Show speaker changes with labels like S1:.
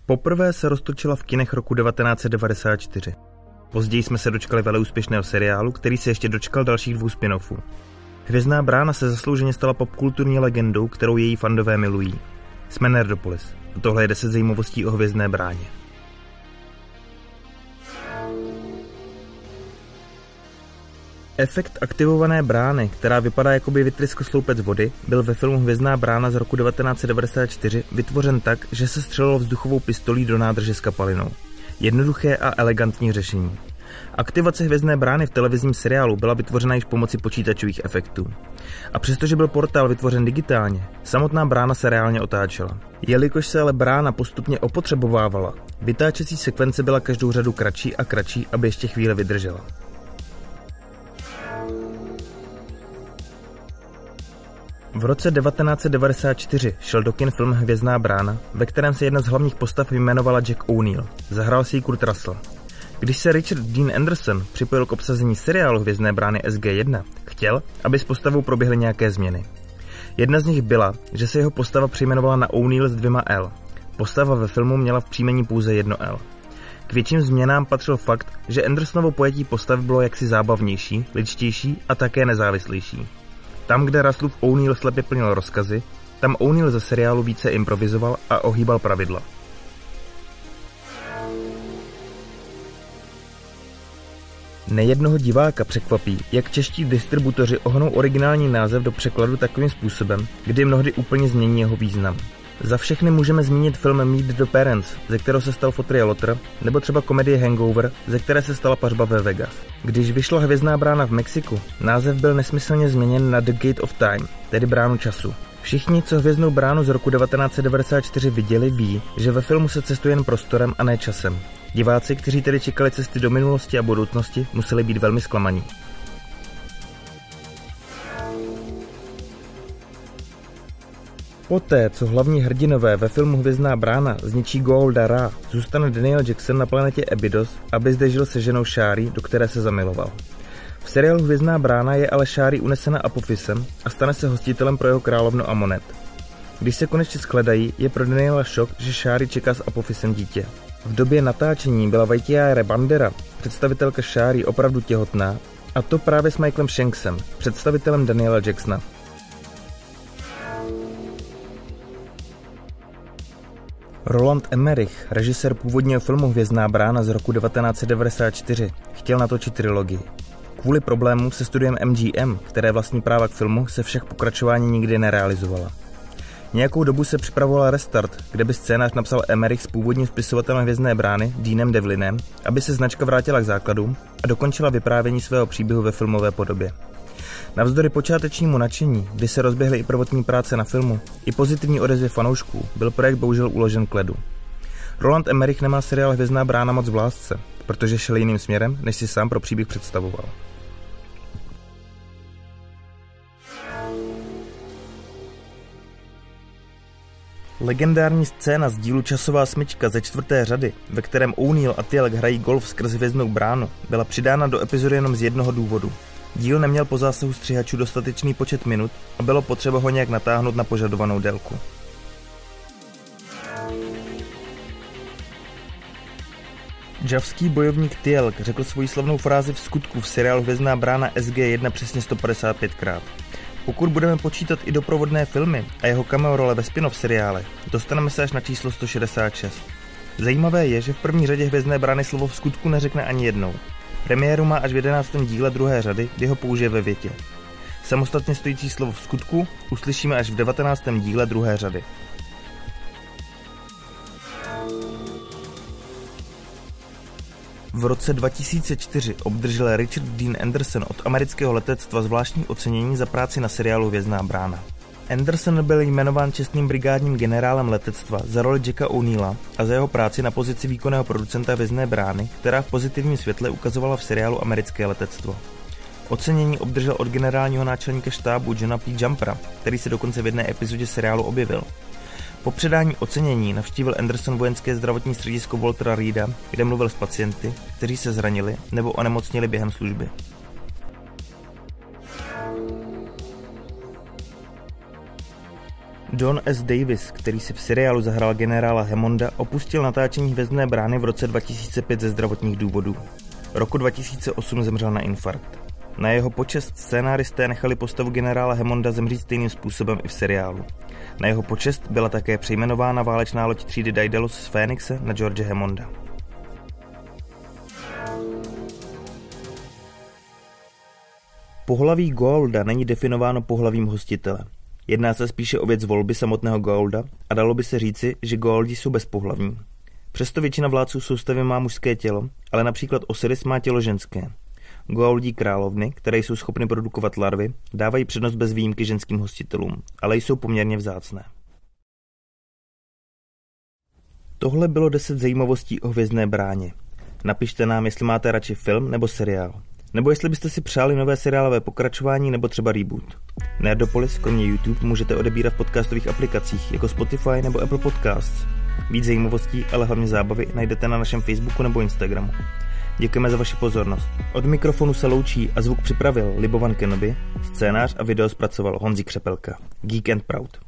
S1: Poprvé se roztočila v kinech roku 1994. Později jsme se dočkali veleúspěšného seriálu, který se ještě dočkal dalších 2 spin-offů. Hvězdná brána se zaslouženě stala popkulturní legendou, kterou její fandové milují. Jsme Nerdopolis a tohle je 10 zajímavostí o Hvězdné bráně. Efekt aktivované brány, která vypadá jako by vytryskl sloupec vody, byl ve filmu Hvězdná brána z roku 1994 vytvořen tak, že se střelilo vzduchovou pistolí do nádrže s kapalinou. Jednoduché a elegantní řešení. Aktivace Hvězdné brány v televizním seriálu byla vytvořena již pomocí počítačových efektů. A přestože byl portál vytvořen digitálně, samotná brána se reálně otáčela. Jelikož se ale brána postupně opotřebovávala, vytáčecí sekvence byla každou řadu kratší a kratší, aby ještě chvíli vydržela. V roce 1994 šel do kin film Hvězdná brána, ve kterém se jedna z hlavních postav jmenovala Jack O'Neill. Zahrál si ji Kurt Russell. Když se Richard Dean Anderson připojil k obsazení seriálu Hvězdné brány SG-1, chtěl, aby s postavou proběhly nějaké změny. Jedna z nich byla, že se jeho postava přejmenovala na O'Neill s 2 L. Postava ve filmu měla v příjmení pouze 1 L. K větším změnám patřil fakt, že Andersonovo pojetí postavy bylo jaksi zábavnější, lidštější a také nezávislejší. Tam, kde Russellův O'Neill slepě plnil rozkazy, tam O'Neill ze seriálu více improvizoval a ohýbal pravidla. Nejednoho diváka překvapí, jak čeští distributoři ohnou originální název do překladu takovým způsobem, kdy mnohdy úplně změní jeho význam. Za všechny můžeme zmínit film Meet the Parents, ze kterého se stal Fotrie Lotr, nebo třeba komedie Hangover, ze které se stala Pařba ve Vegas. Když vyšla Hvězdná brána v Mexiku, název byl nesmyslně změněn na The Gate of Time, tedy bránu času. Všichni, co Hvězdnou bránu z roku 1994 viděli, ví, že ve filmu se cestuje jen prostorem a ne časem. Diváci, kteří tedy čekali cesty do minulosti a budoucnosti, museli být velmi zklamaní. Poté, co hlavní hrdinové ve filmu Hvězdná brána zničí Goa'uld Ra, zůstane Daniel Jackson na planetě Abydos, aby zde žil se ženou Shari, do které se zamiloval. V seriálu Hvězdná brána je ale Shari unesena Apophisem a stane se hostitelem pro jeho královnu Amonet. Když se konečně shledají, je pro Daniela šok, že Shari čeká s Apophisem dítě. V době natáčení byla Vajtiáre Bandera, představitelka Shari, opravdu těhotná, a to právě s Michaelem Shanksem, představitelem Daniela Jacksona. Roland Emmerich, režisér původního filmu Hvězdná brána z roku 1994, chtěl natočit trilogii. Kvůli problémům se studiem MGM, které vlastní práva k filmu, se však pokračování nikdy nerealizovala. Nějakou dobu se připravoval restart, kde by scénář napsal Emmerich s původním spisovatelem Hvězdné brány, Deanem Devlinem, aby se značka vrátila k základům a dokončila vyprávění svého příběhu ve filmové podobě. Navzdory počátečnímu nadšení, kdy se rozběhly i prvotní práce na filmu, i pozitivní odezvy fanoušků, byl projekt bohužel uložen k ledu. Roland Emmerich nemá seriál Hvězdná brána moc v lásce, protože šel jiným směrem, než si sám pro příběh představoval. Legendární scéna z dílu Časová smyčka ze 4. řady, ve kterém O'Neill a Tjalk hrají golf skrz Hvězdnou bránu, byla přidána do epizody jenom z jednoho důvodu. Díl neměl po zásahu střihačů dostatečný počet minut a bylo potřeba ho nějak natáhnout na požadovanou délku. Javský bojovník Tjalk řekl svoji slavnou frázi v skutku v seriálu Hvězdná brána SG-1 přesně 155krát. Pokud budeme počítat i doprovodné filmy a jeho cameo role ve spin-off seriálech, dostaneme se až na číslo 166. Zajímavé je, že v první řadě Hvězdné brány slovo v skutku neřekne ani jednou. Premiéru má až v 11. díle 2. řady, kdy ho použije ve větě. Samostatně stojící slovo v skutku uslyšíme až v 19. díle 2. řady. V roce 2004 obdržel Richard Dean Anderson od amerického letectva zvláštní ocenění za práci na seriálu Hvězdná brána. Anderson byl jmenován čestným brigádním generálem letectva za roli Jacka O'Neilla a za jeho práci na pozici výkonného producenta Hvězdné brány, která v pozitivním světle ukazovala v seriálu Americké letectvo. Ocenění obdržel od generálního náčelníka štábu Johna P. Jumpera, který se dokonce v jedné epizodě seriálu objevil. Po předání ocenění navštívil Anderson vojenské zdravotní středisko Waltera Reeda, kde mluvil s pacienty, kteří se zranili nebo onemocněli během služby. John S. Davis, který si v seriálu zahrál generála Hammonda, opustil natáčení Hvězdné brány v roce 2005 ze zdravotních důvodů. Roku 2008 zemřel na infarkt. Na jeho počest scénáristé nechali postavu generála Hammonda zemřít stejným způsobem i v seriálu. Na jeho počest byla také přejmenována válečná loď třídy Daedalus z Fénixe na George Hammonda. Pohlaví Goa'ulda není definováno pohlavím hostitele. Jedná se spíše o věc volby samotného Goa'ulda a dalo by se říci, že Goa'uldi jsou bezpohlavní. Přesto většina vládců soustavy má mužské tělo, ale například Osiris má tělo ženské. Goa'uldí královny, které jsou schopny produkovat larvy, dávají přednost bez výjimky ženským hostitelům, ale jsou poměrně vzácné. Tohle bylo 10 zajímavostí o Hvězdné bráně. Napište nám, jestli máte radši film nebo seriál. Nebo jestli byste si přáli nové seriálové pokračování nebo třeba reboot. Nerdopolis kromě YouTube můžete odebírat v podcastových aplikacích jako Spotify nebo Apple Podcasts. Víc zajímavostí, ale hlavně zábavy najdete na našem Facebooku nebo Instagramu. Děkujeme za vaši pozornost. Od mikrofonu se loučí a zvuk připravil Libovan Kenobi, scénář a video zpracoval Honzík Křepelka. Geek and Proud.